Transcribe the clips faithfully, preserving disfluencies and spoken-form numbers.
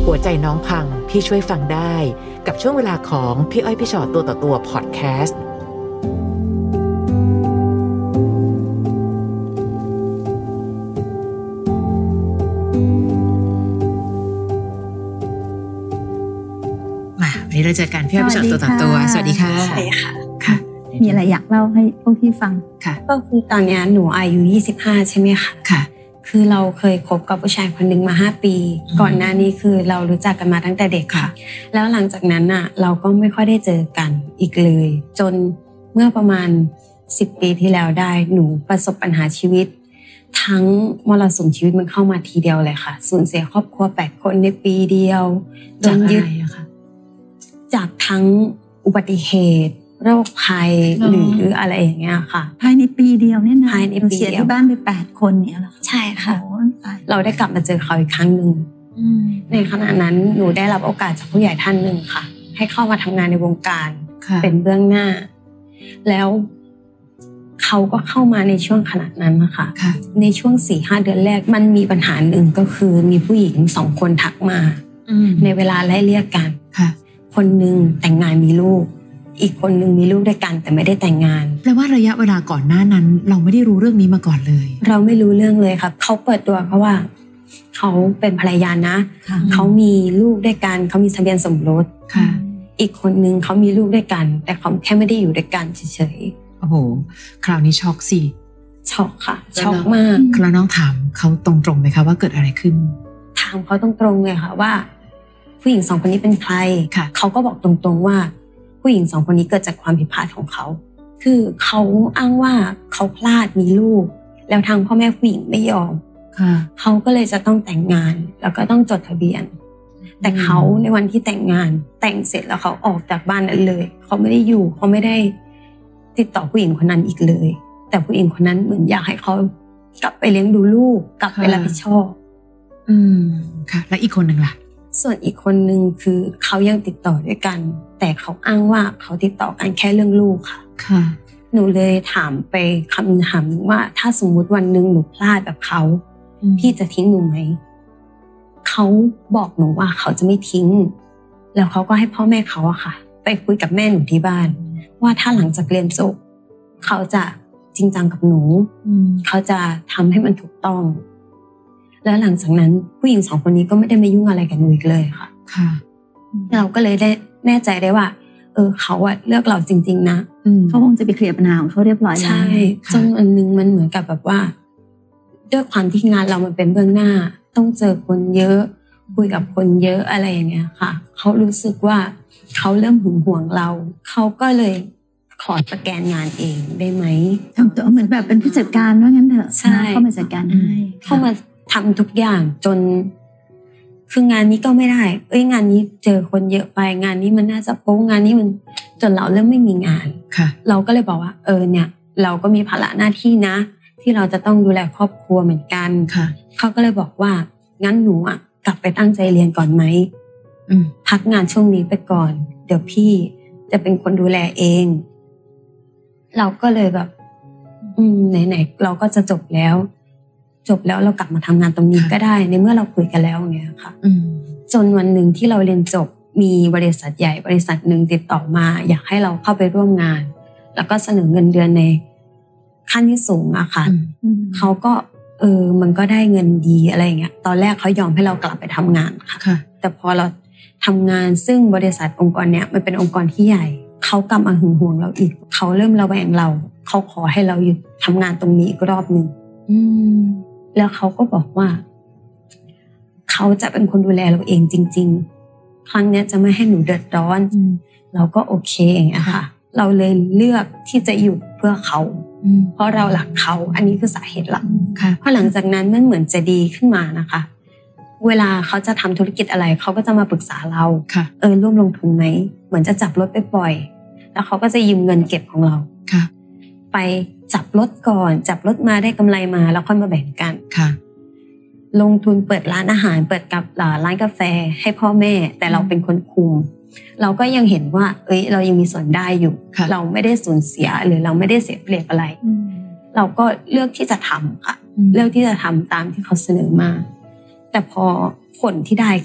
หัวใจน้องพังพี่ช่วยฟังได้กับช่วงเวลาของพี่อ้อยพี่ชอตตัวต่อตัวพอดแคสต์มาวันนี้เราเจอกันพี่อ้อยพี่ชอตตัวต่อตัวสวัสดีค่ะสวัสดีค่ะค่ะมีอะไรอยากเล่าให้พวกพี่ฟังค่ะก็คือตอนนี้หนูอายุยี่สิบห้าใช่ไหมคะค่ะคือเราเคยคบกับผู้ชายคนหนึ่งมาห้าปีก่อนหน้านี้คือเรารู้จักกันมาตั้งแต่เด็กค่ะแล้วหลังจากนั้นน่ะเราก็ไม่ค่อยได้เจอกันอีกเลยจนเมื่อประมาณสิบปีที่แล้วได้หนูประสบปัญหาชีวิตทั้งมรสุมชีวิตมันเข้ามาทีเดียวเลยค่ะสูญเสียครอบครัวแปดคนในปีเดียวโดนยึดจากทั้งอุบัติเหตุโรคภัยหรืออะไรอย่างเงี้ยค่ะภายในปีเดียวเนี่ยนะภายในปีเดียวเสียที่บ้านไปแปดคนเนี่ยเหรอใช่ค่ะเราได้กลับมาเจอเขาอีกครั้งหนึ่งในขณะนั้นหนูได้รับโอกาสจากผู้ใหญ่ท่านหนึ่งค่ะให้เข้ามาทำงานในวงการเป็นเบื้องหน้าแล้วเขาก็เข้ามาในช่วงขณะนั้นนะคะในช่วง สี่ห้า เดือนแรกมันมีปัญหาหนึ่งก็คือมีผู้หญิงสองคนทักมาในเวลาไล่เลี่ยกันคนนึงแต่งงานมีลูกอีกคนนึงมีลูกด้วยกันแต่ไม่ได้แต่งงานแปลว่าระยะเวลาก่อนหน้านั้นเราไม่ได้รู้เรื่องนี้มาก่อนเลยเราไม่รู้เรื่องเลยครับเขาเปิดตัวเขาว่าเขาเป็นภรรยานะเขามีลูกด้วยกันเขามีทะเบียนสมรสค่ะอีกคนนึงเขามีลูกด้วยกันแต่เขาแค่ไม่ได้อยู่ด้วยกันเฉยๆโอ้โหคราวนี้ช็อกสิช็อกค่ะช็อกมากแล้วน้องถามเขาตรงๆไหมคะว่าเกิดอะไรขึ้นถามเขาตรงๆเลยค่ะว่าผู้หญิงสองคนนี้เป็นใครเขาก็บอกตรงๆว่าผู้หญิงสองคนนี้เกิดจากความผิดพลาดของเขาคือเขาอ้างว่าเขาพลาดมีลูกแล้วทางพ่อแม่ผู้หญิงไม่ยอมเขาก็เลยจะต้องแต่งงานแล้วก็ต้องจดทะเบียนแต่เขาในวันที่แต่งงานแต่งเสร็จแล้วเขาออกจากบ้านนั้นเลยเขาไม่ได้อยู่เขาไม่ได้ติดต่อผู้หญิงคนนั้นอีกเลยแต่ผู้หญิงคนนั้นเหมือนอยากให้เขากลับไปเลี้ยงดูลูกกลับไปรับผิดชอบอืมค่ะแล้วอีกคนนึงล่ะส่วนอีกคนนึงคือเขายังติดต่อด้วยกันแต่เขาอ้างว่าเขาติดต่อกันแค่เรื่องลูกค่ะค่ะหนูเลยถามไปคำถามว่าถ้าสมมุติวันนึงหนูพลาดแบบเขาพี่จะทิ้งหนูไหมเขาบอกหนูว่าเขาจะไม่ทิ้งแล้วเขาก็ให้พ่อแม่เขาอะค่ะไปคุยกับแม่หนูที่บ้านว่าถ้าหลังจากเรียนจบเขาจะจริงจังกับหนูเขาจะทำให้มันถูกต้องแล้วหลังจากนั้นผู้หญิงสองคนนี้ก็ไม่ได้มายุ่งอะไรกับหนูอีกเลยค่ะค่ะเราก็เลยได้แน่ใจได้ว่าเออเขาอะเลือกเราจริงๆนะเขาคงจะไปเคลียร์ปัญหาของเขาเรียบร้อยแล้วใช่จนอันนึงมันเหมือนกับแบบว่าด้วยความที่งานเรามันเป็นเบื้องหน้าต้องเจอคนเยอะคุยกับคนเยอะอะไรอย่างเงี้ยค่ะเขารู้สึกว่าเขาเริ่มหึงหวงเราเขาก็เลยขอสแกนงานเองได้ไหมทำตัวเหมือนแบบเป็นผู้จัดการว่างั้นเถอะใช่เข้ามาจัดการให้เข้ามาทำทุกอย่างจนคืองานนี้ก็ไม่ได้เอ้ยงานนี้เจอคนเยอะไปงานนี้มันน่าจะโป๊งงานนี้มันจนเราเริ่มไม่มีงานเราก็เลยบอกว่าเออเนี่ยเราก็มีภาระหน้าที่นะที่เราจะต้องดูแลครอบครัวเหมือนกันเขาก็เลยบอกว่างั้นหนูอ่ะกลับไปตั้งใจเรียนก่อนไหมพักงานช่วงนี้ไปก่อนเดี๋ยวพี่จะเป็นคนดูแลเองเราก็เลยแบบอืมไหนๆเราก็จะจบแล้วจบแล้วเรากลับมาทำงานตรงนี้ก็ได้ในเมื่อเราคุยกันแล้วอย่างเงี้ยค่ะจนวันหนึ่งที่เราเรียนจบมีบริษัทใหญ่บริษัทหนึ่งติดต่อมาอยากให้เราเข้าไปร่วมงานแล้วก็เสนอเงินเดือนในขั้นที่สูงอะค่ะเขาก็เออมันก็ได้เงินดีอะไรอย่างเงี้ยตอนแรกเขายอมให้เรากลับไปทำงานค่ะแต่พอเราทำงานซึ่งบริษัทองค์กรเนี้ยมันเป็นองค์กรที่ใหญ่เขากลับมาหึงหวงเราอีกเขาเริ่มระแวงเราเขาขอให้เราหยุดทำงานตรงนี้อีกรอบนึงแล้วเขาก็บอกว่าเขาจะเป็นคนดูแลเราเองจริงๆครั้งนี้จะไม่ให้หนูเดือดร้อนเราก็โอเคอย่างเงี้ยค่ะเราเลยเลือกที่จะอยู่เพื่อเขาเพราะเราหลักเขาอันนี้คือสาเหตุหลักเพราะหลังจากนั้นมันเหมือนจะดีขึ้นมานะคะเวลาเขาจะทำธุรกิจอะไรเขาก็จะมาปรึกษาเราเออร่วมลงทุนไหมเหมือนจะจับรถไปปล่อยแล้วเขาก็จะยืมเงินเก็บของเราไปจับรถก่อนจับรถมาได้กำไรมาแล้วค่อยมาแบ่งกันลงทุนเปิดร้านอาหารเปิดกับร้านกาแฟให้พ่อแม่แต่เราเป็นคนคุมเราก็ยังเห็นว่าเอ้ยเรายังมีส่วนได้อยู่เราไม่ได้สูญเสียหรือเราไม่ได้เสียเปรียบอะไรเราก็เลือกที่จะทำค่ะเลือกที่จะทำตามที่เขาเสนอมาแต่พอผลที่ได้คือ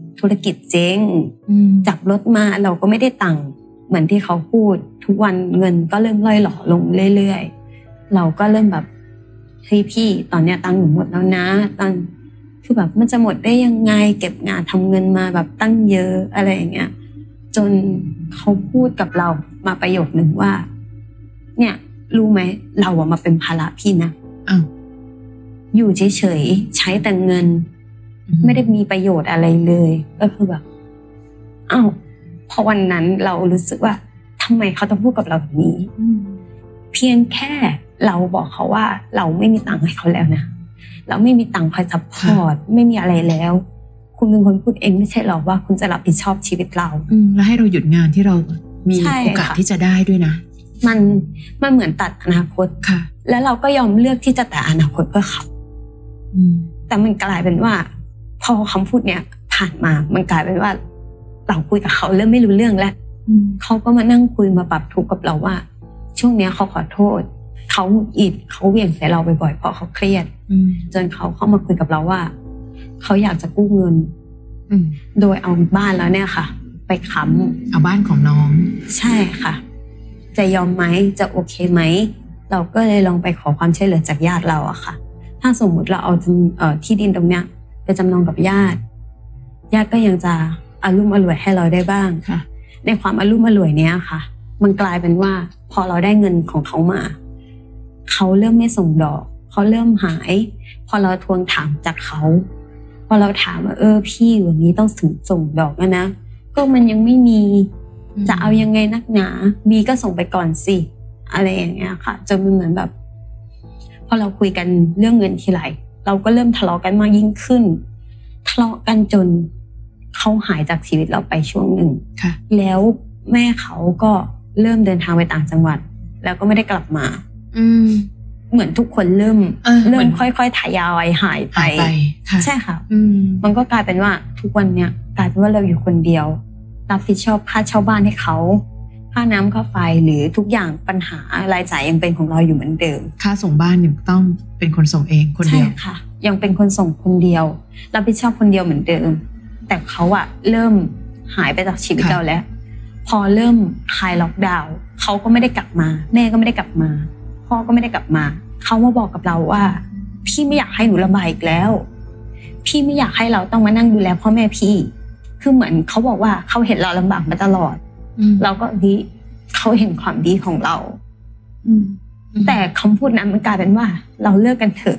ธุรกิจเจ๊งจับรถมาเราก็ไม่ได้ตังค์เหมือนที่เขาพูดทุกวันเงินก็เริ่มล่อยหล่อลงเรื่อยๆเราก็เริ่มแบบเฮ้ยพี่ตอนเนี้ยตังค์หนูหมดแล้วนะตอนคือแบบมันจะหมดได้ยังไงเก็บงานทำเงินมาแบบตั้งเยอะอะไรอย่างเงี้ยจนเขาพูดกับเรามาประโยคนึงว่าเนี่ยรู้ไหมเราอะมาเป็นภาระพี่นะอ้าวอยู่เฉยๆใช้แต่เงินไม่ได้มีประโยชน์อะไรเลยก็คือแบบอ้าวพอวันนั้นเรารู้สึกว่าทำไมเขาต้องพูดกับเราแบบนี้เพียงแค่เราบอกเขาว่าเราไม่มีตังค์ให้เขาแล้วนะเราไม่มีตังค์คอยซัพพอร์ตไม่มีอะไรแล้วคุณเป็นคนพูดเองไม่ใช่หรอว่าคุณจะรับผิดชอบชีวิตเราแล้วให้เราหยุดงานที่เรามีโอกาสที่จะได้ด้วยนะมันมันเหมือนตัดอนาคตค่ะแล้วเราก็ยอมเลือกที่จะตัดอนาคตเพื่อเขาแต่มันกลายเป็นว่าพอคำพูดเนี้ยผ่านมามันกลายเป็นว่าเราคุยกับเขาเริ่มไม่รู้เรื่องแล้วเขาก็มานั่งคุยมาปรับทุกข์กับเราว่าช่วงเนี้ยเขาขอโทษเขาหงุดหงิดเขาเหวี่ยงใส่เราบ่อยๆเพราะเขาเครียดจนเขาเข้ามาคุยกับเราว่าเขาอยากจะกู้เงินโดยเอาบ้านแล้วเนี่ยค่ะไปค้ำเอาบ้านของน้องใช่ค่ะจะยอมไหมจะโอเคไหมเราก็เลยลองไปขอความช่วยเหลือจากญาติเราอะค่ะถ้าสมมุติเราเอาที่ดินตรงเนี้ยไปจำนองกับญาติญาติก็ยังจะอารมณ์อร่วยให้เราได้บ้างในความอารมณ์อร่วยเนี้ยค่ะมันกลายเป็นว่าพอเราได้เงินของเขามาเขาเริ่มไม่ส่งดอกเขาเริ่มหายพอเราทวงถามจากเขาพอเราถามว่าเออพี่วันนี้ต้องส่งดอกแล้วนะก็มันยังไม่มีจะเอายังไงนักหนามีก็ส่งไปก่อนสิอะไรอย่างเงี้ยค่ะจนมันเหมือนแบบพอเราคุยกันเรื่องเงินทีไรเราก็เริ่มทะเลาะกันมากยิ่งขึ้นทะเลาะกันจนเขาหายจากชีวิตเราไปช่วงหนึ่งแล้วแม่เขาก็เริ่มเดินทางไปต่างจังหวัดแล้วก็ไม่ได้กลับมาอืมเหมือนทุกคนเริ่มเริ่มค่อยๆทยอยหายไปใช่ค่ะมันก็กลายเป็นว่าทุกวันเนี้ยกลายเป็นว่าเราอยู่คนเดียวรับผิดชอบค่าเช่าบ้านให้เขาค่าน้ำค่าไฟหรือทุกอย่างปัญหารายจ่ายยังเป็นของเราอยู่เหมือนเดิมค่าส่งบ้านยังต้องเป็นคนส่งเองคนเดียวใช่ค่ะยังเป็นคนส่งคนเดียวรับผิดชอบคนเดียวเหมือนเดิมแต่เขาอะเริ่มหายไปจากชีวิตเราแล้วพอเริ่มคลายล็อกดาวน์เขาก็ไม่ได้กลับมาแม่ก็ไม่ได้กลับมาพ่อก็ไม่ได้กลับมาเขามาบอกกับเราว่าพี่ไม่อยากให้หนูลำบากอีกแล้วพี่ไม่อยากให้เราต้องมานั่งดูแลพ่อแม่พี่คือเหมือนเขาบอกว่าเขาเห็นเราลำบากมาตลอดเราก็ดีเขาเห็นความดีของเราแต่คำพูดนั้นมันกลายเป็นว่าเราเลิกกันเถอะ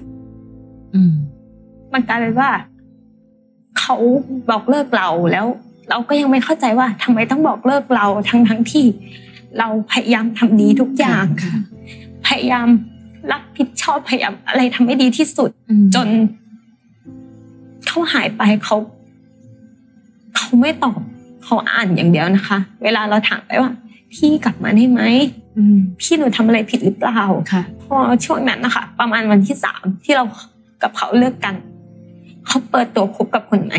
มันกลายเป็นว่าเขาบอกเลิกเราแล้วเราก็ยังไม่เข้าใจว่าทำไมต้องบอกเลิกเราทั้งทั้งที่เราพยายามทำดีทุกอย่างพยายามรับผิดชอบพยายามอะไรทำให้ดีที่สุดจนเขาหายไปเขาเขาไม่ตอบเขาอ่านอย่างเดียวนะคะเวลาเราถามไปว่าพี่กลับมาได้ไหมพี่หนูทำอะไรผิดหรือเปล่าพอช่วงนั้นนะคะประมาณวันที่สามที่เรากับเขาเลิกกันเขาเปิดตัวคบกับคนใหม่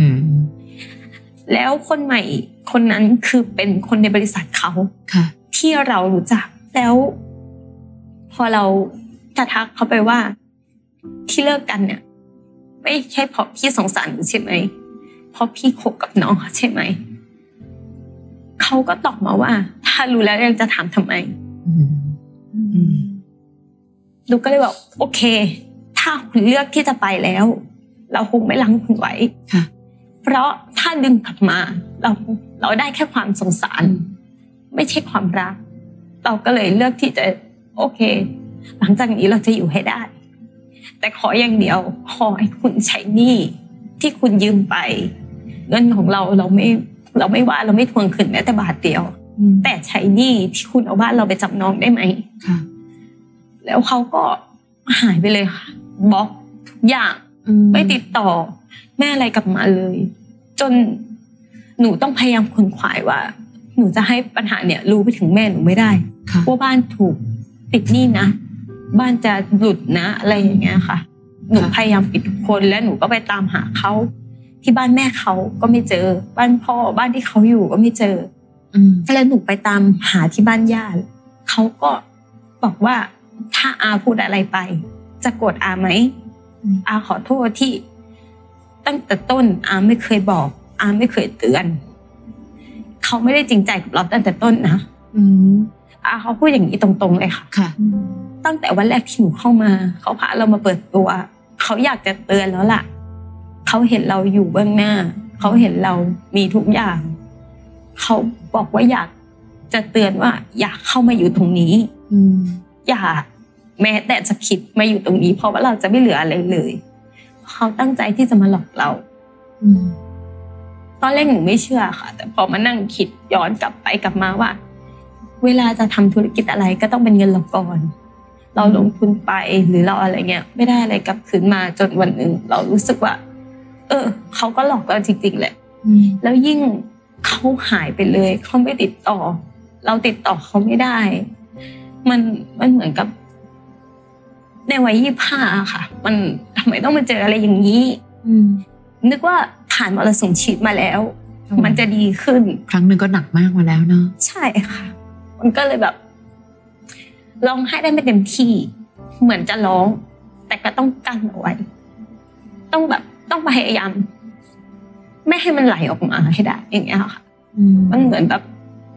แล้วคนใหม่คนนั้นคือเป็นคนในบริษัทเขาที่เรารู้จักแล้วพอเราจะทักเขาไปว่าที่เลิกกันเนี่ยไม่ใช่เพราะพี่สงสารหรือใช่ไหมเพราะพี่คบกับน้องใช่ไหมเขาก็ตอบมาว่าถ้ารู้แล้วยังจะถามทำไมลูกก็เลยบอกโอเคถ้าคุณเลือกที่จะไปแล้วเราคงไม่ลังคุณไว้เพราะถ้าดึงกลับมาเราเราได้แค่ความสงสารไม่ใช่ความรักเราก็เลยเลือกที่จะโอเคหลังจากนี้เราจะอยู่ให้ได้แต่ขออย่างเดียวขอให้คุณใช้หนี้ที่คุณยืมไปเงินของเราเราไม่เราไม่ว่าเราไม่ทวงคืนแม้แต่บาทเดียวแต่ใช้หนี้ที่คุณเอาบ้านเราไปจำนองได้ไหมแล้วเขาก็หายไปเลยค่ะบล็อกทุกอย่างไม่ติดต่อแม่อะไรกลับมาเลยจนหนูต้องพยายามค้นคว้าว่าหนูจะให้ปัญหาเนี่ยรู้ไปถึงแม่หนูไม่ได้ว่าบ้านถูกติดหนี้นะบ้านจะหลุดนะอะไรอย่างเงี้ยค่ะหนูพยายามปิดทุกคนและหนูก็ไปตามหาเขาที่บ้านแม่เขาก็ไม่เจอบ้านพ่อบ้านที่เขาอยู่ก็ไม่เจอแล้วหนูไปตามหาที่บ้านญาติเขาก็บอกว่าถ้าอาพูดอะไรไปจะโกรธอาไหมอาขอโทษที่ตั้งแต่ต้นอาไม่เคยบอกอาไม่เคยเตือนเขาไม่ได้จริงใจกับเราตั้งแต่ต้นนะอืมอาเขาพูดอย่างนี้ตรงๆเลยค่ะค่ะตั้งแต่วันแรกที่หนูเข้ามาเขาพาเรามาเปิดตัวเขาอยากจะเตือนแล้วล่ะเขาเห็นเราอยู่เบื้องหน้าเขาเห็นเรามีทุกอย่างเขาบอกว่าอยากจะเตือนว่าอยากเข้ามาอยู่ตรงนี้อยากแม้แต่จะคิดมาอยู่ตรงนี้เพราะว่าเราจะไม่เหลืออะไรเลยเขาตั้งใจที่จะมาหลอกเราตอนแรกหนูไม่เชื่อค่ะแต่พอมานั่งคิดย้อนกลับไปกลับมาว่าเวลาจะทำธุรกิจอะไรก็ต้องเป็นเงินเราก่อนเราลงทุนไปหรือเราอะไรเงี้ยไม่ได้อะไรกลับคืนมาจนวันหนึ่งเรารู้สึกว่าเออเขาก็หลอกเราจริงๆแหละแล้วยิ่งเขาหายไปเลยเขาไม่ติดต่อเราติดต่อเขาไม่ได้มันมันเหมือนกับในวัยยี่สิบห้าค่ะมันทำไมต้องมาเจออะไรอย่างนี้นึกว่าผ่านมรสุมชีวิตมาแล้วมันจะดีขึ้นครั้งหนึ่งก็หนักมากมาแล้วเนาะใช่ค่ะมันก็เลยแบบร้องไห้ได้ไม่เต็มที่เหมือนจะร้องแต่ก็ต้องกั้นเอาไว้ต้องแบบต้องพยายามไม่ให้มันไหลออกมาให้ได้อย่างเงี้ยค่ะมันเหมือนแบบ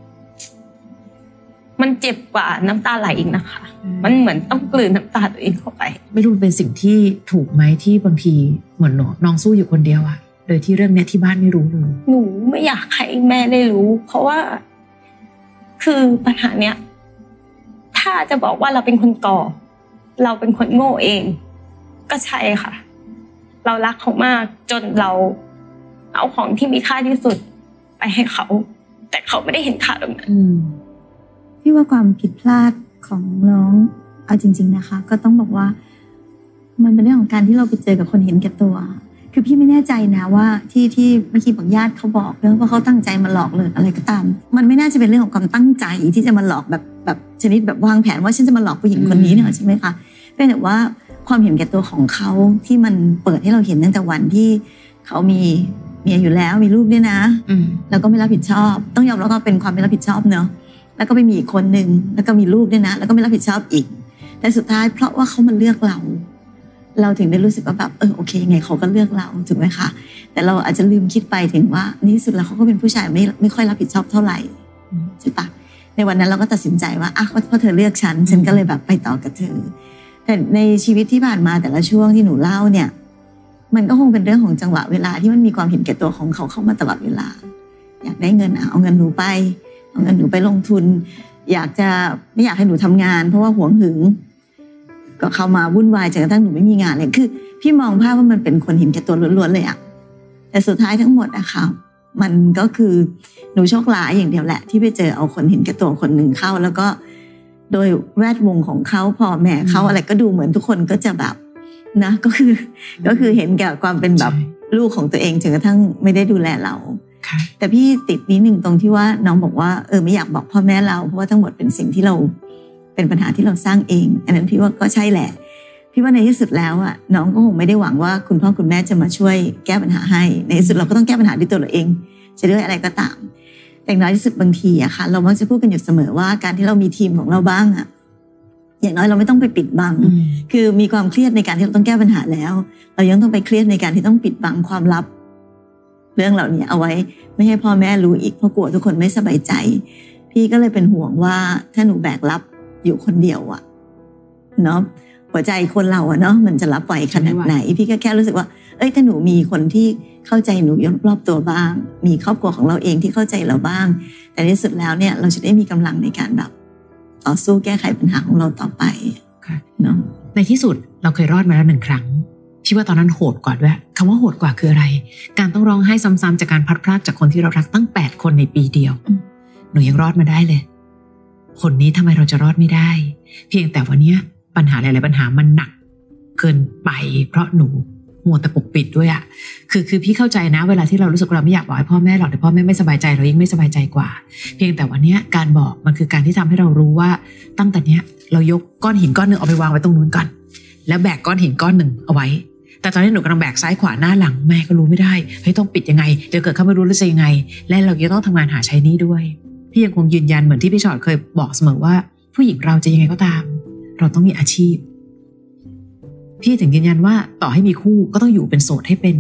มันเจ็บกว่าน้ำตาไหลอีกนะคะมันเหมือนต้องกลืนน้ำตาตัวเองเข้าไปไม่รู้เป็นสิ่งที่ถูกไหมที่บางทีเหมือนน้องสู้อยู่คนเดียวอะโดยที่เรื่องนี้ที่บ้านไม่รู้เลยหนูไม่อยากให้แม่ได้รู้เพราะว่าคือปัญหาเนี้ยถ้าจะบอกว่าเราเป็นคนก่อเราเป็นคนโง่เองก็ใช่ค่ะเรารักเขามากจนเราเอาของที่มีค่าที่สุดไปให้เขาแต่เขาไม่ได้เห็นค่าตรงนั้นพี่ว่าความผิดพลาดของน้องเอาจริงๆนะคะก็ต้องบอกว่ามันเป็นเรื่องของการที่เราไปเจอกับคนเห็นแก่ตัวคือพี่ไม่แน่ใจนะว่าที่ที่เมื่อกี้บางญาติเขาบอกเรื่องว่าเขาตั้งใจมาหลอกเลยอะไรก็ตามมันไม่น่าจะเป็นเรื่องของความตั้งใจที่จะมาหลอกแบบแบบชนิดแบบวางแผนว่าฉันจะมาหลอกผู้หญิงคนนี้เนี่ยใช่ไหมคะเป็นแต่ว่าความเห็นแก่ตัวของเขาที่มันเปิดให้เราเห็นตั้งแต่วันที่เขามีเมียอยู่แล้วมีลูกด้วยนะแล้วก็ไม่รับผิดชอบต้องยอมรับว่าเป็นความไม่รับผิดชอบเนอะแล้วก็ไปมีอีกคนนึงแล้วก็มีลูกด้วยนะแล้วก็ไม่รับผิดชอบอีกแต่สุดท้ายเพราะว่าเขามาเลือกเราเราถึงได้รู้สึกว่าแบบเออโอเคไงเขาก็เลือกเราถูกไหมคะแต่เราอาจจะลืมคิดไปถึงว่านี่สุดแล้วเขาก็เป็นผู้ชายไม่ไม่ค่อยรับผิดชอบเท่าไหร่ใช่ปะในวันนั้นเราก็ตัดสินใจว่าอ่ะเพราะเธอเลือกฉันฉันก็เลยแบบไปต่อกับเธอแต่ในชีวิตที่ผ่านมาแต่ละช่วงที่หนูเล่าเนี่ยมันก็คงเป็นเรื่องของจังหวะเวลาที่มันมีความเห็นแก่ตัวของเขาเข้ามาตลอดเวลาอยากได้เงินอ่ะเอาเงินหนูไปเอาเงินหนูไปลงทุนอยากจะไม่อยากให้หนูทำงานเพราะว่าหวงหึงก็เข้ามาวุ่นวายจนกระทั่งหนูไม่มีงานเลยคือพี่มองภาพว่ามันเป็นคนเห็นแก่ตัวล้วนๆเลยอะแต่สุดท้ายทั้งหมดอะค่ะมันก็คือหนูโชคร้ายอย่างเดียวแหละที่ไปเจอเอาคนเห็นแก่ตัวคนหนึ่งเข้าแล้วก็โดยแวดวงของเขาพ่อแม่เขาอะไรก็ดูเหมือนทุกคนก็จะแบบนะก็คือก็คือเห็นแก่ความเป็นแบบลูกของตัวเองจนกระทั่งไม่ได้ดูแลเราแต่พี่ติดนิดนึงตรงที่ว่าน้องบอกว่าเออไม่อยากบอกพ่อแม่เราเพราะว่าทั้งหมดเป็นสิ่งที่เราเป็นปัญหาที่เราสร้างเองอันนั้นพี่ว่าก็ใช่แหละพี่ว่าในที่สุดแล้วอ่ะน้องก็คงไม่ได้หวังว่าคุณพ่อคุณแม่จะมาช่วยแก้ปัญหาให้ในที่สุดเราก็ต้องแก้ปัญหาด้วยตัวเราเองจะด้วยอะไรก็ตามแต่น้อยที่สุดบางทีอะค่ะเรามักจะพูดกันอยู่เสมอว่าการที่เรามีทีมของเราบ้างอะอย่างน้อยเราไม่ต้องไปปิดบังคือมีความเครียดในการที่เราต้องแก้ปัญหาแล้วเรายังต้องไปเครียดในการที่ต้องปิดบังความลับเรื่องเหล่านี้เอาไว้ไม่ให้พ่อแม่รู้อีกเพราะกลัวทุกคนไม่สบายใจพี่ก็เลยเป็นห่วงว่าถ้าหนูแบกรับอยู่คนเดียวอะเนาะหัวใจคนเราอะเนาะมันจะรับไหวขนาดไหนพี่ก็แค่รู้สึกว่าเอ้ยถ้าหนูมีคนที่เข้าใจหนูรอบตัวบ้างมีครอบครัวของเราเองที่เข้าใจเราบ้างแต่ในที่สุดแล้วเนี่ยเราจะได้มีกำลังในการแบบต่อสู้แก้ไขปัญหาของเราต่อไปเนาะในที่สุดเราเคยรอดมาแล้วหนึ่งครั้งพี่ว่าตอนนั้นโหดกว่าด้วยคำว่าโหดกว่าคืออะไรการต้องร้องไห้ซ้ำๆจากการพัดพรากจากคนที่เรารักตั้งแปดคนในปีเดียวหนูยังรอดมาได้เลยคนนี้ทำไมเราจะรอดไม่ได้เพียงแต่วันนี้ปัญหาหลายๆปัญหามันหนักเกินไปเพราะหนูมัวแต่ปกปิดด้วยอะคือคือพี่เข้าใจนะเวลาที่เรารู้สึกเราไม่อยากบอกให้พ่อแม่หรอกแต่พ่อแม่ไม่สบายใจเรายิ่งไม่สบายใจกว่าเพียงแต่วันนี้การบอกมันคือการที่ทำให้เรารู้ว่าตั้งแต่เนี้ยเรายกก้อนหินก้อนหนึ่งเอาไปวางไว้ตรงนู้นก่อนแล้วแบกก้อนหินก้อนหนึ่งเอาไว้แต่ตอนนี้หนูกำลังแบกซ้ายขวาหน้าหลังแม่ก็รู้ไม่ได้เฮ้ยต้องปิดยังไงเดี๋ยวเกิดเขาไม่รู้แล้วจะยังไงและเรายังต้องทำงานหาใช้หนี้ด้วยพี่ยังคงยืนยันเหมือนที่พี่ชอตเคยบอกเสมอว่าผู้หญิงเราจะยังไงก็ตามเราต้องมีอาชีพพี่ถึงยืนยันว่าต่อให้มีคู่ก็ต้องอยู่เป็นโสดให้เป็น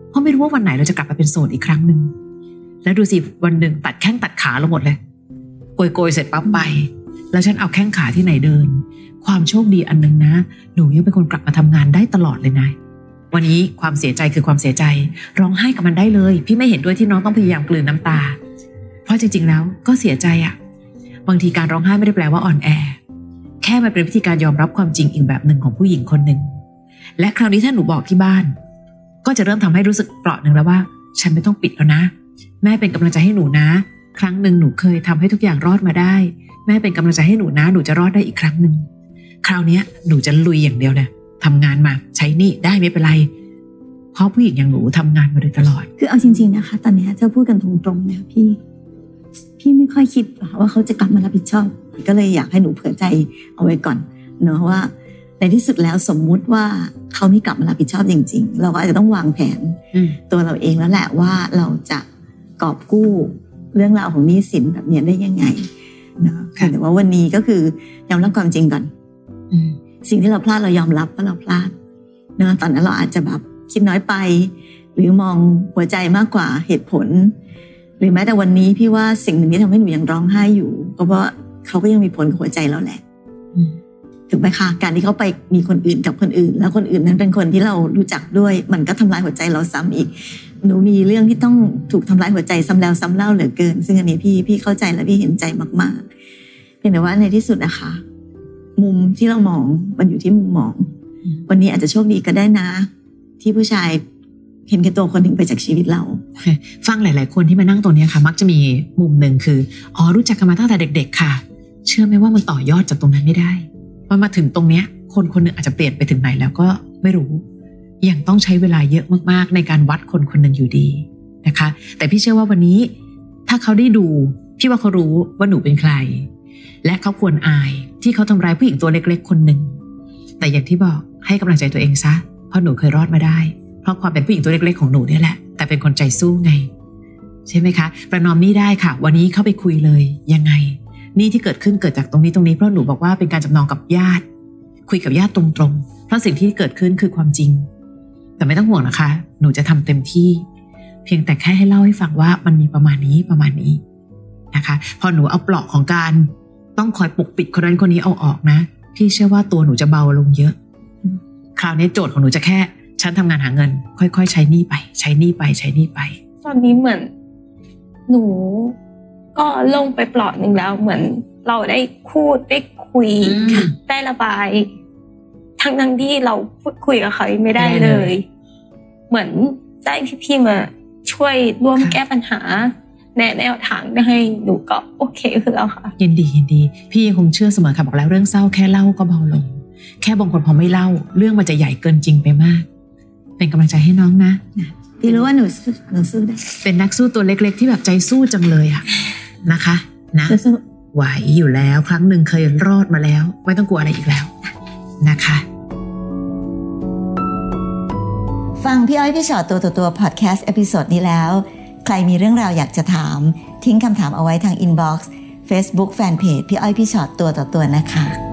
เพราะไม่รู้ว่าวันไหนเราจะกลับมาเป็นโสดอีกครั้งหนึ่งแล้วดูสิวันหนึ่งตัดแข้งตัดขาเราหมดเลยโกยโกยเสร็จปั๊บไปแล้วฉันเอาแข้งขาที่ไหนเดินความโชคดีอันนึงนะหนูยังเป็นคนกลับมาทำงานได้ตลอดเลยนะวันนี้ความเสียใจคือความเสียใจร้องไห้กับมันได้เลยพี่ไม่เห็นด้วยที่น้องต้องพยายามกลืนน้ำตาเพราะจริงๆแล้วก็เสียใจอะบางทีการร้องไห้ไม่ได้แปลว่าอ่อนแอแค่มันเป็นวิธีการยอมรับความจริงอีกแบบหนึ่งของผู้หญิงคนหนึ่งและคราวนี้ถ้าหนูบอกที่บ้านก็จะเริ่มทำให้รู้สึกเปราะหนึ่งแล้วว่าฉันไม่ต้องปิดแล้วนะแม่เป็นกำลังใจให้หนูนะครั้งหนึ่งหนูเคยทำให้ทุกอย่างรอดมาได้แม่เป็นกำลังใจให้หนูนะหนูจะรอดได้อีกครั้งหนึ่งคราวนี้หนูจะลุยอย่างเดียวเลยทำงานมาใช้หนี้ได้ไม่เป็นไรเพราะผู้หญิงอย่างหนูทำงานมาโดยตลอดคือเอาจริงๆนะคะตอนนี้จะพูดกันตรงๆเนี่ยพี่พี่ไม่ค่อยคิดว่าเขาจะกลับมารับผิดชอบก็เลยอยากให้หนูเผื่อใจเอาไว้ก่อนเนอะว่าในที่สุดแล้วสมมุติว่าเขาไม่กลับมารับผิดชอบจริงๆเราก็อาจจะต้องวางแผนตัวเราเองแล้วแหละว่าเราจะกอบกู้เรื่องราวของหนี้สินแบบนี้ได้ยังไงนะแต่ว่าวันนี้ก็คือยอมรับความจริงก่อนสิ่งที่เราพลาดเรายอมรับว่าเราพลาดเนอะตอนนั้นเราอาจจะแบบคิดน้อยไปหรือมองหัวใจมากกว่าเหตุผลหรือแม้แต่วันนี้พี่ว่าสิ่งหนึ่งที่ทำให้หนูยังร้องไห้อยู่ก็เพราะเขาก็ยังมีผลกับหัวใจเราแหละถูกไหมคะการที่เขาไปมีคนอื่นกับคนอื่นแล้วคนอื่นนั้นเป็นคนที่เรารู้จักด้วยมันก็ทำลายหัวใจเราซ้ำอีกหนูมีเรื่องที่ต้องถูกทำลายหัวใจซ้ำแล้วซ้ำเล่าเหลือเกินซึ่งอันนี้พี่พี่เข้าใจและพี่เห็นใจมากๆเพียงแต่ว่าในที่สุดนะคะมุมที่เรามองมันอยู่ที่มุมมองวันนี้อาจจะโชคดีก็ได้นะที่ผู้ชายเห็นแก่ตัวคนหนึ่งไปจากชีวิตเราฟังหลายๆคนที่มานั่งตรงนี้ค่ะมักจะมีมุมหนึ่งคืออ๋อรู้จักกันมาตั้งแต่เด็กๆค่ะเชื่อไหมว่ามันต่อยอดจากตรงนั้นไม่ได้มันมาถึงตรงเนี้ยคนคนหนึ่งอาจจะเปลี่ยนไปถึงไหนแล้วก็ไม่รู้ยังต้องใช้เวลาเยอะมากๆในการวัดคนคนหนึ่งอยู่ดีนะคะแต่พี่เชื่อว่าวันนี้ถ้าเขาได้ดูพี่ว่าเขารู้ว่าหนูเป็นใครและเขาควรอายที่เขาทำร้ายผู้หญิงตัวเล็กๆคนหนึ่งแต่อย่างที่บอกให้กำลังใจตัวเองซะเพราะหนูเคยรอดมาได้เพราะความเป็นผู้หญิงตัวเล็กๆของหนูเนี่ยแหละแต่เป็นคนใจสู้ไงใช่ไหมคะประนอมนี่ได้ค่ะวันนี้เข้าไปคุยเลยยังไงนี่ที่เกิดขึ้นเกิดจากตรงนี้ตรงนี้เพราะหนูบอกว่าเป็นการจำนองกับญาติคุยกับญาติตรงๆเพราะสิ่งที่เกิดขึ้นคือความจริงแต่ไม่ต้องห่วงนะคะหนูจะทำเต็มที่เพียงแต่แค่ให้เล่าให้ฟังว่ามันมีประมาณนี้ประมาณนี้นะคะพอหนูเอาปลอกของการต้องคอยปกปิดคนนั้นคนนี้เอาออกนะพี่เชื่อว่าตัวหนูจะเบาลงเยอะคราวนี้โจทย์ของหนูจะแค่ฉันทำงานหาเงินค่อยๆใช้หนี้ไปใช้หนี้ไปใช้หนี้ไปตอนนี้เหมือนหนูก็ลงไปปลอดหนึ่งแล้วเหมือนเราได้พูดได้คุยได้ระบายทั้งทั้งที่เราพูดคุยกับเขาไม่ได้เลยเหมือนได้พี่ๆมาช่วยร่วมแก้ปัญหาแนะแนวทางได้ให้หนูก็โอเคขึ้นแล้วค่ะยินดียินดีพี่ยังคงเชื่อเสมอค่ะบอกแล้วเรื่องเศร้าแค่เล่าก็เบาลงแค่บางคนพอไม่เล่าเรื่องมันจะใหญ่เกินจริงไปมากเป็นกำลังใจให้น้องนะพี่รู้ว่าหนูหนูสู้ได้เป็นนักสู้ตัวเล็กๆที่แบบใจสู้จังเลยอะนะคะนะไหวอยู่แล้วครั้งหนึ่งเคยรอดมาแล้วไม่ต้องกลัวอะไรอีกแล้วนะคะฟังพี่อ้อยพี่ชอตตัวต่อตัวพอดแคสต์เอพิโซดนี้แล้วใครมีเรื่องราวอยากจะถามทิ้งคำถามเอาไว้ทางอินบ็อกซ์ Facebook Fanpage พี่อ้อยพี่ชอตตัวต่อตัวนะคะ